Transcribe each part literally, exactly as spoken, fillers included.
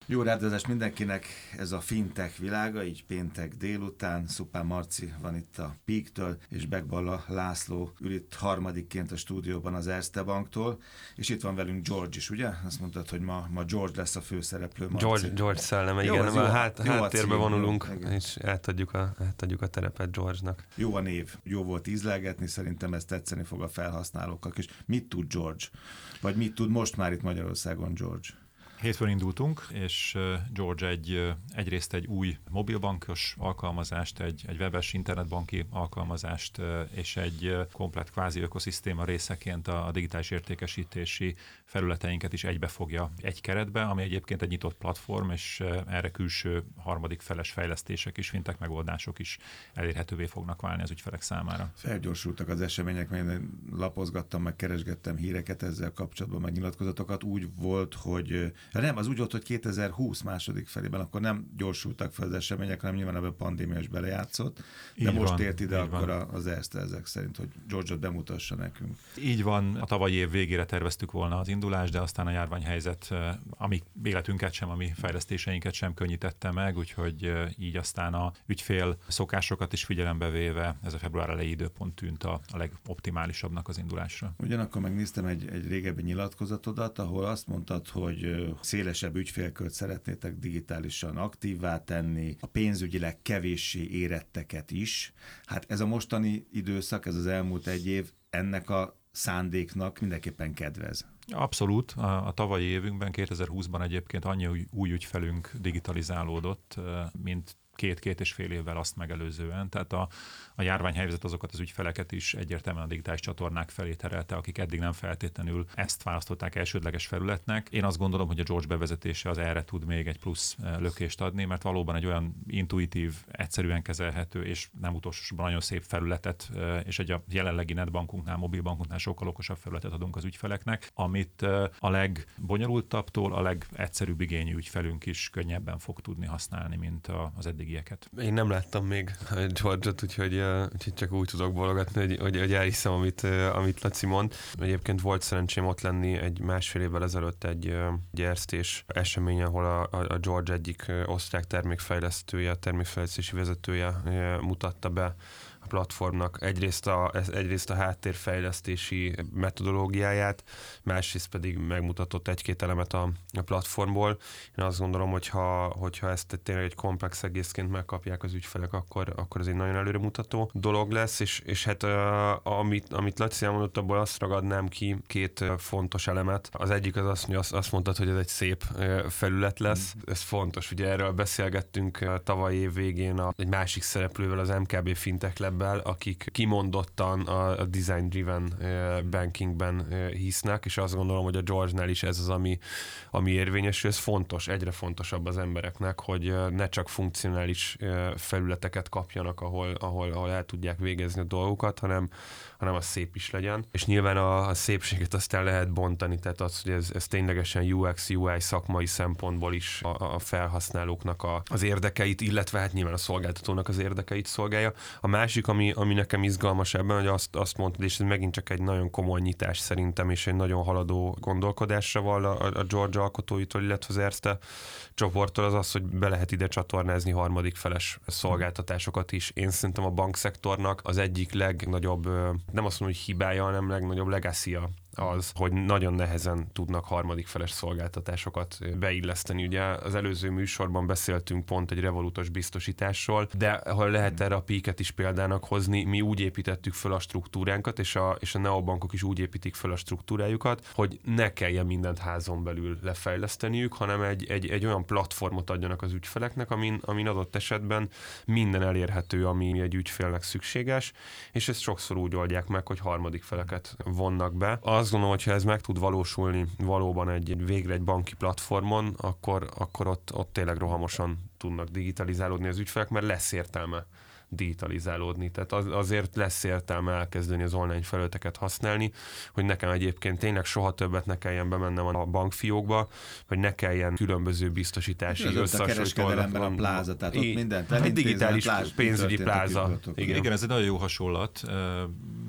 Jó rádiózást mindenkinek, ez a fintech világa, így péntek délután. Szupán Marci van itt a Peak-től, és Begballa László ül itt harmadikként a stúdióban az Erste Banktól, és itt van velünk George is, ugye? Azt mondtad, hogy ma, ma George lesz a főszereplő. Marci. George, George szelleme, igen, jó, a hát, háttérbe vonulunk, jó, és átadjuk a, átadjuk a terepet George-nak. Jó a név, jó volt ízlelgetni, szerintem ez tetszeni fog a felhasználóknak, és mit tud George? Vagy mit tud most már itt Magyarországon George? Hétfőn indultunk, és George egy, egyrészt egy új mobilbankos alkalmazást, egy, egy webes internetbanki alkalmazást, és egy komplett kvázi ökoszisztéma részeként a digitális értékesítési felületeinket is egybefogja egy keretbe, ami egyébként egy nyitott platform, és erre külső harmadik feles fejlesztések is, fintech megoldások is elérhetővé fognak válni az ügyfelek számára. Felgyorsultak az események, mert én lapozgattam, meg keresgettem híreket ezzel kapcsolatban, meg nyilatkozatokat. Úgy volt, hogy ja nem, az úgy volt, hogy kétezer-húsz második felében akkor nem gyorsultak fel az események, hanem nyilván ebben a pandémia is belejátszott. De így most van, ért ide akkor van. Az Erste ezek szerint, hogy George-ot bemutassa nekünk. Így van, a tavalyi év végére terveztük volna az indulást, de aztán a járványhelyzet, ami életünket sem, ami fejlesztéseinket sem könnyítette meg, úgyhogy így aztán a ügyfél szokásokat is figyelembe véve ez a február elejé időpont tűnt a, a legoptimálisabbnak az indulásra. Ugyanakkor megnéztem egy, egy régebbi nyilatkozatodat, ahol azt mondtad, hogy szélesebb ügyfélkört szeretnétek digitálisan aktívvá tenni, a pénzügyileg kevéssé éretteket is. Hát ez a mostani időszak, ez az elmúlt egy év ennek a szándéknak mindenképpen kedvez. Abszolút. A, a tavalyi évünkben, kétezer-húszban egyébként annyi új, új ügyfelünk digitalizálódott, mint két-két és fél évvel azt megelőzően. Tehát a, a járványhelyzet azokat az ügyfeleket is egyértelműen a digitális csatornák felé terelte, akik eddig nem feltétlenül ezt választották elsődleges felületnek. Én azt gondolom, hogy a George bevezetése az erre tud még egy plusz lökést adni, mert valóban egy olyan intuitív, egyszerűen kezelhető és nem utolsósorban nagyon szép felületet, és egy a jelenlegi netbankunknál, mobilbankunknál sokkal okosabb felületet adunk az ügyfeleknek, amit a legbonyolultabbtól a legegyszerűbb igényű ügyfelünk is könnyebben fog tudni használni, mint az eddig. Én nem láttam még George-ot, úgyhogy, úgyhogy csak úgy tudok bologatni, hogy, hogy, hogy elhiszem, amit, amit Laci mond. Egyébként volt szerencsém ott lenni egy másfél évvel ezelőtt egy, egy Erste-s esemény, ahol a, a George egyik osztrák termékfejlesztője, termékfejlesztési vezetője mutatta be a platformnak egyrészt a, egyrészt a háttérfejlesztési metodológiáját, másrészt pedig megmutatott egy-két elemet a, a platformból. Én azt gondolom, hogyha, hogyha ezt tényleg egy komplex egészként megkapják az ügyfelek, akkor, akkor ez egy nagyon előremutató dolog lesz, és, és hát uh, amit, amit Laci elmondott, abból azt ragadnám ki két uh, fontos elemet. Az egyik az azt, hogy azt, azt mondtad, hogy ez egy szép uh, felület lesz. Mm. Ez fontos, ugye erről beszélgettünk uh, tavaly év végén a, egy másik szereplővel, az em ká bé Fintech Labbel, akik kimondottan a, a design-driven uh, bankingben uh, hisznek, és azt gondolom, hogy a George-nál is ez az, ami, ami érvényesül. Ez fontos, egyre fontosabb az embereknek, hogy uh, ne csak funkcionális uh, felületeket kapjanak, ahol, ahol, ahol el tudják végezni a dolgokat, hanem, hanem az szép is legyen. És nyilván a, a szépséget aztán lehet bontani, tehát az, hogy ez, ez ténylegesen u iksz, u i szakmai szempontból is a, a felhasználóknak a, az érdekeit, illetve hát nyilván a szolgáltatónak az érdekeit szolgálja. A másik, ami, ami nekem izgalmas ebben, hogy azt, azt mondtad, és ez megint csak egy nagyon komoly nyitás szerintem, és egy nagyon haladó gondolkodásra van a, a George alkotóitól, illetve az Erste csoporttól, az az, hogy be lehet ide csatornázni harmadik feles szolgáltatásokat is. Én szerintem a bankszektornak az egyik legnagyobb, nem azt mondom, hogy hibája, hanem legnagyobb legacy-a az, hogy nagyon nehezen tudnak harmadik feles szolgáltatásokat beilleszteni. Ugye az előző műsorban beszéltünk pont egy revolutos biztosításról, de ha lehet erre a Peak-et is példának hozni, mi úgy építettük föl a struktúránkat, és a, és a neobankok is úgy építik föl a struktúrájukat, hogy ne kelljen mindent házon belül lefejleszteniük, hanem egy, egy, egy olyan platformot adjanak az ügyfeleknek, amin, amin adott esetben minden elérhető, ami egy ügyfélnek szükséges, és ezt sokszor úgy oldják meg, hogy harmadik feleket vonnak be. Azt gondolom, hogy ha ez meg tud valósulni valóban egy, végre egy banki platformon, akkor, akkor ott, ott tényleg rohamosan tudnak digitalizálódni az ügyfelek, mert lesz értelme digitalizálódni. Tehát az, azért lesz értelme elkezdeni az online felületeket használni, hogy nekem egyébként tényleg soha többet ne kelljen bemennem a bankfiókba, hogy ne kelljen különböző biztosítási összehasonlító. A kereskedelemben a pláza, tehát ott mindent elintézem. Digitális pláz, pénzügyi pláza. Igen. Igen, ez egy nagyon jó hasonlat.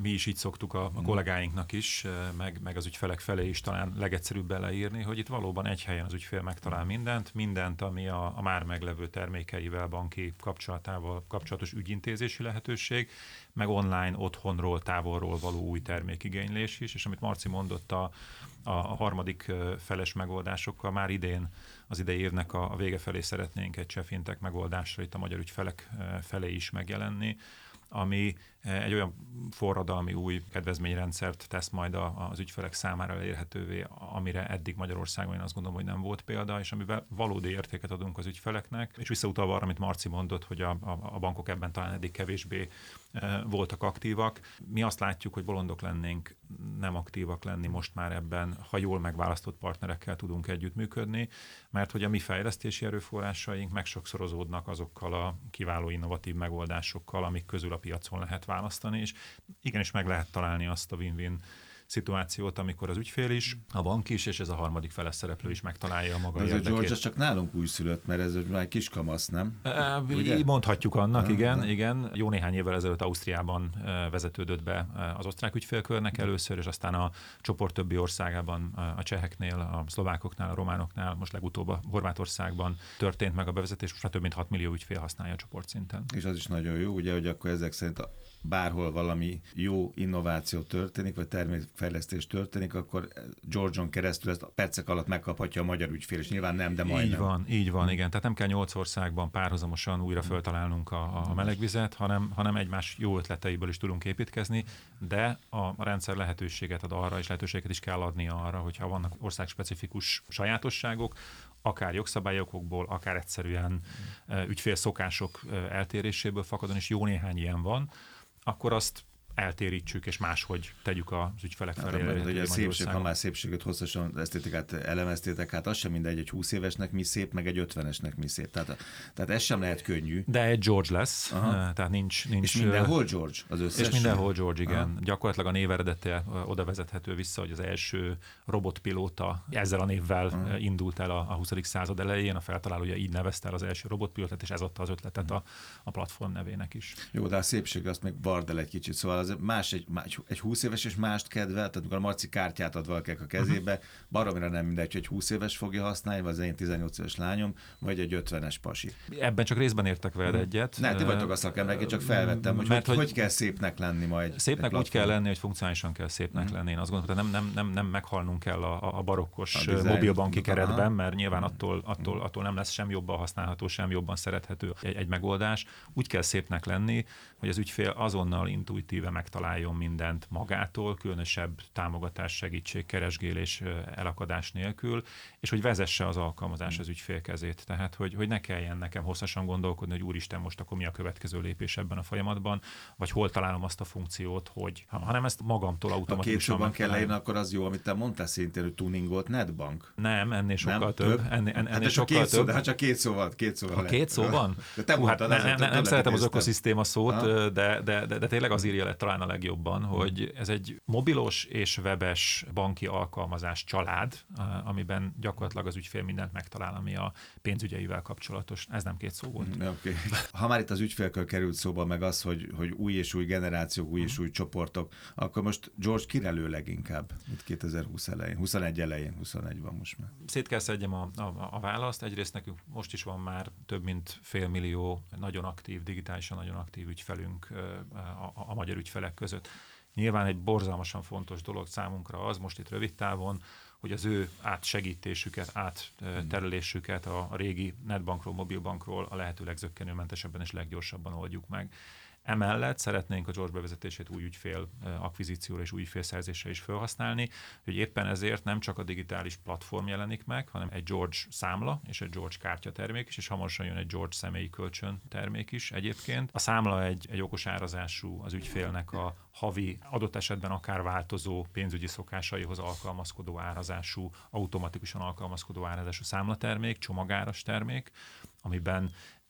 mi is így szoktuk a, a kollégáinknak is, meg, meg az ügyfelek felé is talán legegyszerűbb beleírni, hogy itt valóban egy helyen az ügyfél megtalál mindent, mindent, ami a, a már meglevő termékeivel, banki kapcsolatával kapcsolatos ügyintézési lehetőség, meg online, otthonról, távolról való új termékigénylés is, és amit Marci mondott, a, a, a harmadik feles megoldásokkal már idén, az idei évnek a, a vége felé szeretnénk egy cseh fintech megoldásra itt a magyar ügyfelek felé is megjelenni, ami egy olyan forradalmi új kedvezményrendszert tesz majd az ügyfelek számára elérhetővé, amire eddig Magyarországon én azt gondolom, hogy nem volt példa, és amivel valódi értéket adunk az ügyfeleknek. És visszautalva arra, amit Marci mondott, hogy a, a, a bankok ebben talán eddig kevésbé e, voltak aktívak. Mi azt látjuk, hogy bolondok lennénk nem aktívak lenni most már ebben, ha jól megválasztott partnerekkel tudunk együttműködni, mert hogy a mi fejlesztési erőforrásaink megsokszorozódnak azokkal a kiváló innovatív megoldásokkal, amik közül a piacon lehet választani, és igenis meg lehet találni azt a win-win szituációt, amikor az ügyfél is, a bank is, és ez a harmadik feles szereplő is megtalálja a maga ez érdekét. a George, ez csak nálunk újszülött, mert ez már egy kiskamasz, nem? E, mondhatjuk annak, ah, igen, ah. igen. Jó néhány évvel ezelőtt Ausztriában vezetődött be az osztrák ügyfélkörnek először, és aztán a csoport többi országában, a cseheknél, a szlovákoknál, a románoknál, most legutóbb a Horvátországban történt meg a bevezetés, most már több mint hat millió ügyfél használja a csoportszinten. És az is nagyon jó, ugye, hogy akkor ezek szerint a bárhol valami jó innováció történik, vagy termékfejlesztés történik, akkor George-on keresztül ezt a percek alatt megkaphatja a magyar ügyfél, és nyilván nem, de majdnem. Így van, így van, igen. Tehát nem kell nyolc országban párhuzamosan újra föltalálnunk a, a melegvizet, hanem, hanem egymás jó ötleteiből is tudunk építkezni, de a rendszer lehetőséget ad arra, és lehetőséget is kell adni arra, hogyha vannak országspecifikus sajátosságok, akár jogszabályokból, akár egyszerűen ügyfélszokások eltéréséből fakadon, és jó néhány ilyen van, akkor azt eltérítsük, és máshogy tegyük az ügyfelek felé. Hát, hogy a szépség, ha már szépséget hosszasan esztétikát elemeztétek, hát az sem mindegy, egy húsz évesnek mi szép, meg egy ötvenesnek mi szép. Tehát, tehát ez sem lehet könnyű. De egy George lesz, aha. Tehát nincs, nincs... És mindenhol George az összes? És mindenhol George, igen. Aha. Gyakorlatilag a név eredete oda vezethető vissza, hogy az első robotpilóta ezzel a névvel aha. indult el a, a huszadik század elején, a feltalálója így nevezte el az első robotpilótát, és ez adta az ötletet a, a platform nevének is. Jó, de a szépség azt még vard el egy kicsit, szóval az más egy, más, egy húsz éves és mást kedvel, tehát amikor a Marci kártyát ad valakinek a kezébe, uh-huh. baromira nem mindegy, hogy egy húsz éves fogja használni, vagy az én tizennyolc éves lányom, vagy egy ötvenes pasi. Ebben csak részben értek veled uh-huh. egyet. Ne, ti vagytok a szakemberek, én csak felvettem, hogy hogy, hogy hogy kell szépnek lenni majd. Szépnek úgy kell lenni, hogy funkcionálisan kell szépnek uh-huh. lenni. Én azt gondolom, hogy nem, nem, nem, nem meghalnunk kell a, a barokkos a mobilbanki keretben, aha. mert nyilván attól, attól, attól nem lesz sem jobban használható, sem jobban szerethető egy, egy megoldás. Úgy kell szépnek lenni, hogy az ügyfél azonnal intuitíve megtaláljon mindent magától, különösebb támogatás, segítség, keresgélés, elakadás nélkül, és hogy vezesse az alkalmazás az ügyfél kezét. Tehát, hogy, hogy ne kelljen nekem hosszasan gondolkodni, hogy úristen, most akkor mi a következő lépés ebben a folyamatban, vagy hol találom azt a funkciót, hogy, hanem ezt magamtól automatikusan. Ha két szóban kell leírni, akkor az jó, amit te mondtál szintén, hogy tuningolt netbank. Nem, ennél sokkal nem, több. több. Ennél, ennél hát sokkal két több. Szó, de hát csak két szóval, két szóval. Ha két szóban? Te Hú, hát mondtad, ne, ne, nem szeretem az ökoszisztéma szót, ha? de, de, de, de tényleg az írja le talán a legjobban, hogy ez egy mobilos és webes banki alkalmazás család, amiben gyakorlatilag az ügyfél mindent megtalál, ami a pénzügyeivel kapcsolatos. Ez nem két szó volt. Mm, okay. Ha már itt az ügyfélkör került szóba, meg az, hogy, hogy új és új generációk, új és új csoportok, akkor most George kirelő leginkább, itt kétezer-húsz elején, huszonegy elején, huszonegy van most már. Szét kell szedjem a, a, a választ. Egyrészt nekünk most is van már több mint fél millió nagyon aktív, digitálisan nagyon aktív ügyfelünk a, a, a magyar ügyfelek között. Nyilván egy borzalmasan fontos dolog számunkra az, most itt rövid távon, hogy az ő átsegítésüket, átterelésüket a régi netbankról, mobilbankról a lehető legzökkenőmentesebben és leggyorsabban oldjuk meg. Emellett szeretnénk a George bevezetését új ügyfél akvizícióra és új ügyfélszerzésre is felhasználni, hogy éppen ezért nem csak a digitális platform jelenik meg, hanem egy George számla és egy George kártya termék is, és hamarosan jön egy George személyi kölcsön termék is egyébként. A számla egy, egy okos árazású, az ügyfélnek a havi, adott esetben akár változó pénzügyi szokásaihoz alkalmazkodó árazású, automatikusan alkalmazkodó árazású számlatermék, csomagáras termék, amiben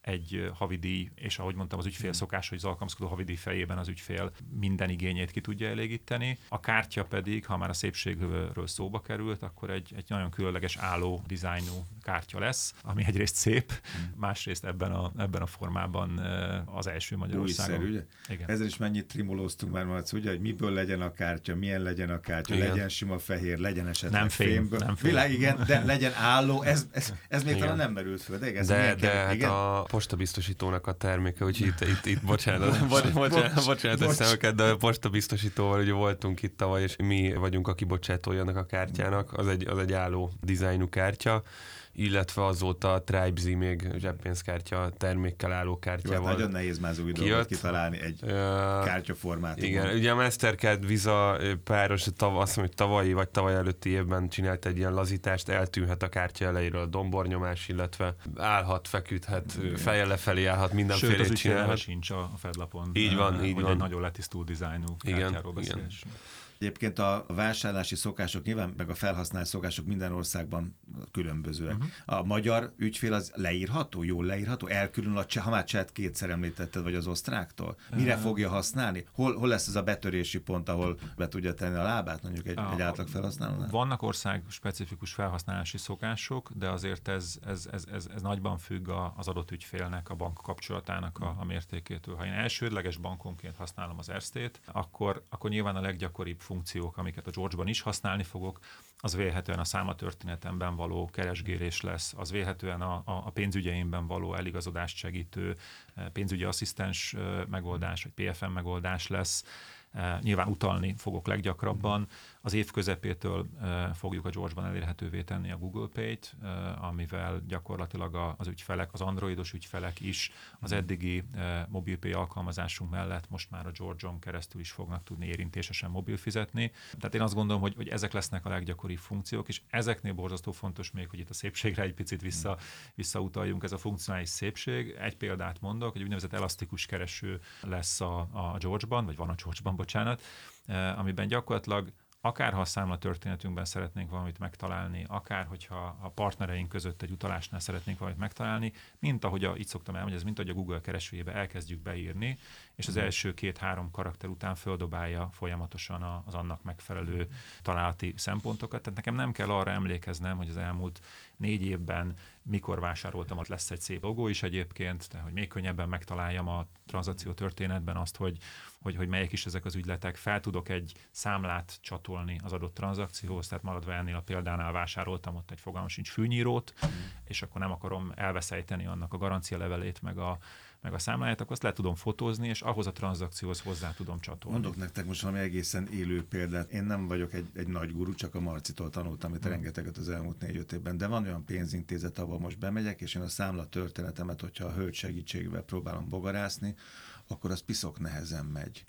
egy havidíj, és ahogy mondtam, az ügyfél szokás, hogy az alkalmazkodó havidíj fejében az ügyfél minden igényét ki tudja elégíteni. A kártya pedig, ha már a szépségről szóba került, akkor egy, egy nagyon különleges álló dizájnú kártya lesz, ami egyrészt szép, másrészt ebben a, ebben a formában az első Magyarországon. Újszerű, ugye? Igen. Ezzel is mennyit trimolóztunk már, Marci, ugye, hogy miből legyen a kártya, milyen legyen a kártya, igen. legyen sima fehér, legyen esetleg nem fém, fémből. Nem fém. Világ, igen, de legyen álló, ez, ez, ez még talán nem merült föl. De, ez de, de kell, hát igen? a postabiztosítónak a terméke, úgyhogy itt, itt, itt bocsánat, bocsánat, bocsánat, bocsánat bocs. eszemeket, de a postabiztosítóval ugye voltunk itt tavaly, és mi vagyunk a kibocsátója annak a kártyának, az egy, az egy álló dizájnú kártya, illetve azóta a Tribesy még zseppénzkártya termékkel álló kártyával. Jó, nagyon nehéz már az új dolgot kitalálni egy uh, kártyaformátumban. Igen, ugye a Mastercard Visa páros, tav, azt mondom, hogy tavalyi vagy tavaly előtti évben csinált egy ilyen lazítást, eltűnhet a kártya elejéről a dombornyomás, illetve állhat, feküdhet, fejjel lefelé állhat, mindenfélét csinálhat. Sőt, sincs a fedlapon. Így van, így hogy van. Egy nagyon letisztult dizájnú kártyáról beszélésünk. Egyébként a vásárlási szokások nyilván, meg a felhasználási szokások minden országban különbözőek. Uh-huh. A magyar ügyfél az leírható, jól leírható? Elkülönül a cseh, ha már csehet kétszer említetted, vagy az osztráktól? Mire uh, fogja használni? Hol, hol lesz ez a betörési pont, ahol be tudja tenni a lábát mondjuk egy, a, egy átlag felhasználónál? Vannak ország specifikus felhasználási szokások, de azért ez, ez, ez, ez, ez nagyban függ az adott ügyfélnek, a bank kapcsolatának a, a mértékétől. Ha én elsődleges bankonként használom az Erstét, akkor, akkor nyilván a leggyakoribb funkciók, amiket a George-ban is használni fogok, az vélhetően a számlatörténetemben való keresgélés lesz, az vélhetően a, a, a pénzügyeimben való eligazodást segítő pénzügyi asszisztens megoldás, vagy pé ef em megoldás lesz. Nyilván utalni fogok leggyakrabban. Az év közepétől fogjuk a George-ban elérhetővé tenni a Google Pay-t, amivel gyakorlatilag az ügyfelek, az androidos ügyfelek is az eddigi mobilpay alkalmazásunk mellett most már a George-on keresztül is fognak tudni érintésesen mobil fizetni. Tehát én azt gondolom, hogy, hogy ezek lesznek a leggyakoribb funkciók, és ezeknél borzasztó fontos még, hogy itt a szépségre egy picit vissza, visszautaljunk, ez a funkcionális szépség. Egy példát mondok, hogy úgynevezett elasztikus kereső lesz a, a George-ban, vagy van a George-ban, bocsánat, amiben gyakorlatilag akár ha a számlatörténetünkben szeretnénk valamit megtalálni, akár hogyha a partnereink között egy utalásnál szeretnénk valamit megtalálni, mint ahogy a, így szoktam elmondani, ez mint ahogy a Google keresőjébe elkezdjük beírni, és az első két-három karakter után földobálja folyamatosan az annak megfelelő találati szempontokat. Tehát nekem nem kell arra emlékeznem, hogy az elmúlt négy évben mikor vásároltam, ott lesz egy szép logó is egyébként, tehát hogy még könnyebben megtaláljam a tranzakció történetben azt, hogy, hogy, hogy melyek is ezek az ügyletek. Fel tudok egy számlát csatolni az adott tranzakcióhoz, tehát maradva ennél a példánál vásároltam ott egy fogalmam sincs fűnyírót, mm. és akkor nem akarom elveszejteni annak a garancia levelét, meg a meg a számláját, akkor azt le tudom fotózni, és ahhoz a tranzakcióhoz hozzá tudom csatolni. Mondok nektek most valami egészen élő példát. Én nem vagyok egy, egy nagy guru, csak a Marcitól tanultam itt hmm. rengeteget az elmúlt négy-öt évben, de van olyan pénzintézet, ahol most bemegyek, és én a számla történetemet, hogyha a hölgy segítségével próbálom bogarászni, akkor az piszok nehezen megy.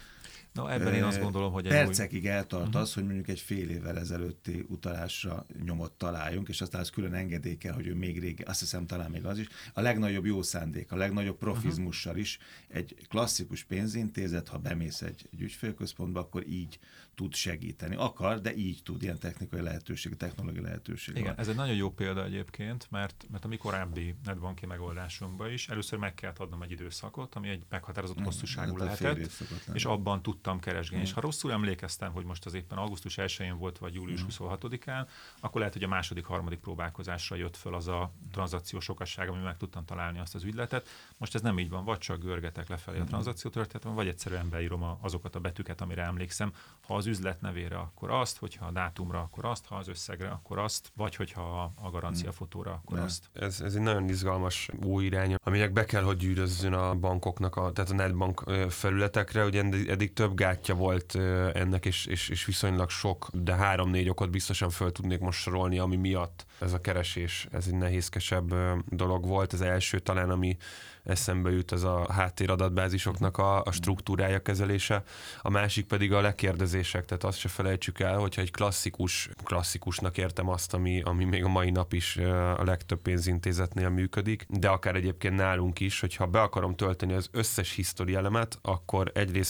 No, ebben én azt gondolom, hogy... Percekig új... eltart uh-huh. az, hogy mondjuk egy fél évvel ezelőtti utalásra nyomot találjunk, és aztán az külön engedély kell, hogy ő még régen, azt hiszem talán még az is, a legnagyobb jó szándék, a legnagyobb profizmussal is egy klasszikus pénzintézet, ha bemész egy, egy ügyfélközpontba, akkor így tud segíteni. Akar, de így tud, ilyen technikai lehetőség, technológiai lehetőség. Igen, van. Ez egy nagyon jó példa egyébként, mert, mert a mi korábbi netbanki megoldásunkban is először meg kellett adnom egy időszakot, ami egy meghatározott hosszúságú hmm, lehetett, és abban tudtam keresgélni. Hmm. És ha rosszul emlékeztem, hogy most az éppen augusztus elsején volt, vagy július hmm. huszonhatodikán, akkor lehet, hogy a második, harmadik próbálkozásra jött föl az a tranzakció sokasság, ami meg tudtam találni azt az ügyletet. Most ez nem így van, vagy csak görgetek lefelé a tranzakció történetem, vagy egyszerűen beírom a, azokat a betűket, amire emlékszem. Ha az üzlet nevére, akkor azt, hogyha a dátumra, akkor azt, ha az összegre, akkor azt, vagy hogyha a garancia fotóra, akkor azt. Ez, ez egy nagyon izgalmas új irány, aminek be kell, hogy gyűrözzön a bankoknak, a, tehát a netbank felületekre. Ugye eddig több gátja volt ennek, és, és, és viszonylag sok, de három-négy okot biztosan föl tudnék most sorolni, ami miatt ez a keresés, ez egy nehézkesebb dolog volt. Az első talán, ami eszembe jut, az a háttiradatbázisoknak a, a struktúrája, kezelése. A másik pedig a lekérdezések, tehát azt se felejtsük el, hogyha egy klasszikus, klasszikusnak értem azt, ami, ami még a mai nap is a legtöbb pénzintézetnél működik, de akár egyébként nálunk is, hogyha be akarom tölteni az összes history elemet, akkor egyrészt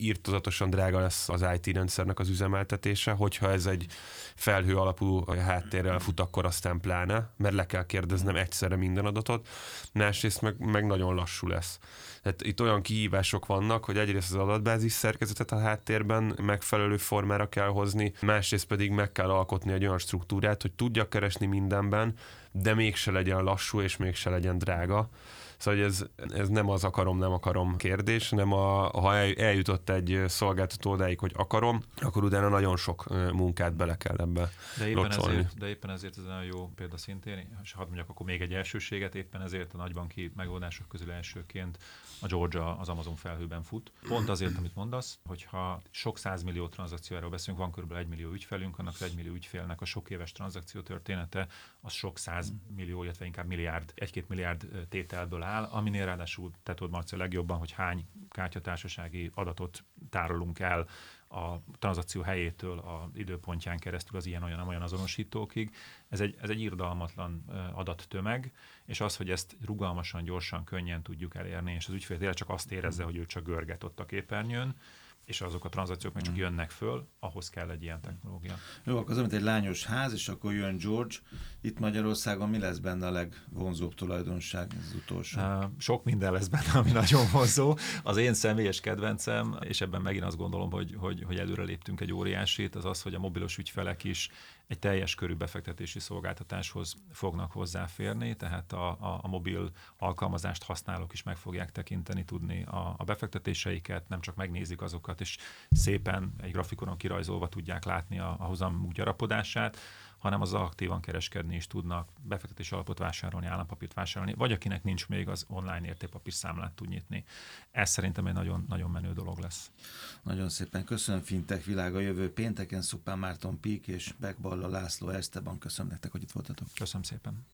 írtozatosan drága lesz az i té rendszernek az üzemeltetése, hogyha ez egy felhő alapú háttérrel fut, akkor aztán pláne, mert le kell kérdeznem egyszerre minden adatot, másrészt meg, meg nagyon lassú lesz. Tehát itt olyan kihívások vannak, hogy egyrészt az adatbázis szerkezetet a háttérben megfelelő formára kell hozni, másrészt pedig meg kell alkotni egy olyan struktúrát, hogy tudjak keresni mindenben, de mégse legyen lassú és mégse legyen drága. Szóval ez, ez nem az akarom, nem akarom kérdés, hanem a, ha eljutott egy szolgáltató odáig, hogy akarom, akkor utána nagyon sok munkát bele kell ebbe de éppen locsolni. Ezért, de éppen ezért ez nagyon jó példa szintén, és hadd mondjak akkor még egy elsőséget, éppen ezért a nagybanki megoldások közül elsőként a Georgia az Amazon felhőben fut. Pont azért, amit mondasz, hogyha sok százmillió tranzakcióról beszélünk, van kb. egy millió ügyfelünk, annak az egymillió ügyfélnek a sok éves tranzakció története, az sok százmillió, illetve inkább milliárd, egy-két milliárd tételből áll, aminél ráadásul te tudod, Marci, a legjobban, hogy hány kártyatársasági adatot tárolunk el a tranzakció helyétől a időpontján keresztül az ilyen-olyan-olyan azonosítókig. Ez egy, ez egy irgalmatlan adattömeg, és az, hogy ezt rugalmasan, gyorsan, könnyen tudjuk elérni, és az ügyfél tényleg csak azt érezze, hogy ő csak görget ott a képernyőn, és azok a tranzakciók meg csak jönnek föl, ahhoz kell egy ilyen technológia. Jó, akkor az, mint egy lányos ház, és akkor jön George. Itt Magyarországon mi lesz benne a legvonzóbb tulajdonság, ez az utolsó? Uh, sok minden lesz benne, ami nagyon vonzó. Az én személyes kedvencem, és ebben megint azt gondolom, hogy, hogy, hogy előre léptünk egy óriásit, az az, hogy a mobilos ügyfelek is egy teljes körű befektetési szolgáltatáshoz fognak hozzáférni, tehát a, a, a mobil alkalmazást használók is meg fogják tekinteni, tudni a, a befektetéseiket, nem csak megnézik azokat, és szépen egy grafikonon kirajzolva tudják látni a, a hozamuk gyarapodását, hanem azzal aktívan kereskedni is tudnak, befektetési alapot vásárolni, állampapírt vásárolni, vagy akinek nincs még, az online értékpapír számlát tud nyitni. Ez szerintem egy nagyon, nagyon menő dolog lesz. Nagyon szépen köszönöm, Fintech Világ a jövő pénteken, Szupán Márton Pík és Beck Balla László Ersteban. Köszönöm nektek, hogy itt voltatok. Köszönöm szépen.